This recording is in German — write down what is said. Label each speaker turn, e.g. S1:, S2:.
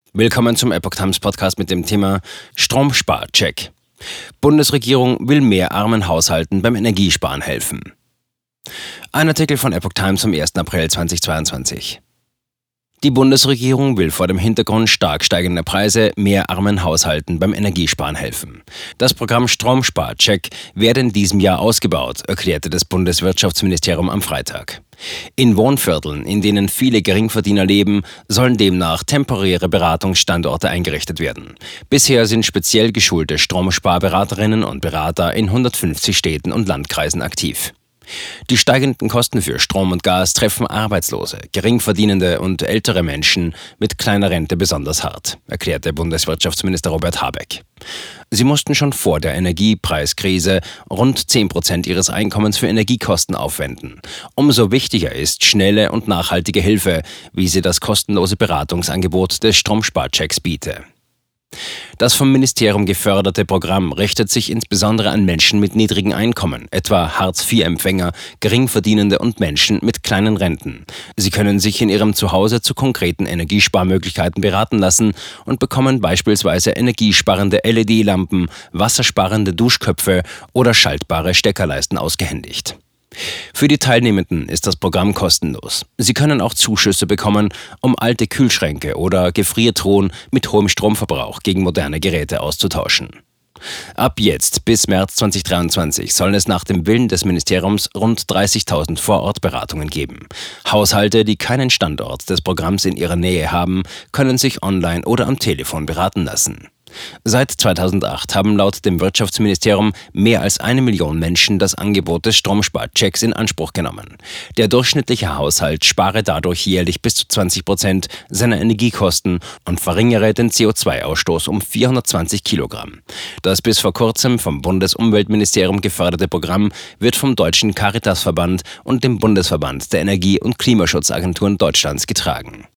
S1: Willkommen zum Epoch Times Podcast mit dem Thema Stromsparcheck. Bundesregierung will mehr armen Haushalten beim Energiesparen helfen. Ein Artikel von Epoch Times vom 1. April 2022. Die Bundesregierung will vor dem Hintergrund stark steigender Preise mehr armen Haushalten beim Energiesparen helfen. Das Programm Stromsparcheck werde in diesem Jahr ausgebaut, erklärte das Bundeswirtschaftsministerium am Freitag. In Wohnvierteln, in denen viele Geringverdiener leben, sollen demnach temporäre Beratungsstandorte eingerichtet werden. Bisher sind speziell geschulte Stromsparberaterinnen und Berater in 150 Städten und Landkreisen aktiv. Die steigenden Kosten für Strom und Gas treffen Arbeitslose, Geringverdienende und ältere Menschen mit kleiner Rente besonders hart, erklärte Bundeswirtschaftsminister Robert Habeck. Sie mussten schon vor der Energiepreiskrise rund 10% ihres Einkommens für Energiekosten aufwenden. Umso wichtiger ist schnelle und nachhaltige Hilfe, wie sie das kostenlose Beratungsangebot des Stromsparchecks biete. Das vom Ministerium geförderte Programm richtet sich insbesondere an Menschen mit niedrigen Einkommen, etwa Hartz-IV-Empfänger, Geringverdienende und Menschen mit kleinen Renten. Sie können sich in ihrem Zuhause zu konkreten Energiesparmöglichkeiten beraten lassen und bekommen beispielsweise energiesparende LED-Lampen, wassersparende Duschköpfe oder schaltbare Steckerleisten ausgehändigt. Für die Teilnehmenden ist das Programm kostenlos. Sie können auch Zuschüsse bekommen, um alte Kühlschränke oder Gefriertruhen mit hohem Stromverbrauch gegen moderne Geräte auszutauschen. Ab jetzt bis März 2023 sollen es nach dem Willen des Ministeriums rund 30.000 Vorortberatungen geben. Haushalte, die keinen Standort des Programms in ihrer Nähe haben, können sich online oder am Telefon beraten lassen. Seit 2008 haben laut dem Wirtschaftsministerium mehr als 1 Million Menschen das Angebot des Stromsparchecks in Anspruch genommen. Der durchschnittliche Haushalt spare dadurch jährlich bis zu 20% seiner Energiekosten und verringere den CO2-Ausstoß um 420 Kilogramm. Das bis vor kurzem vom Bundesumweltministerium geförderte Programm wird vom Deutschen Caritasverband und dem Bundesverband der Energie- und Klimaschutzagenturen Deutschlands getragen.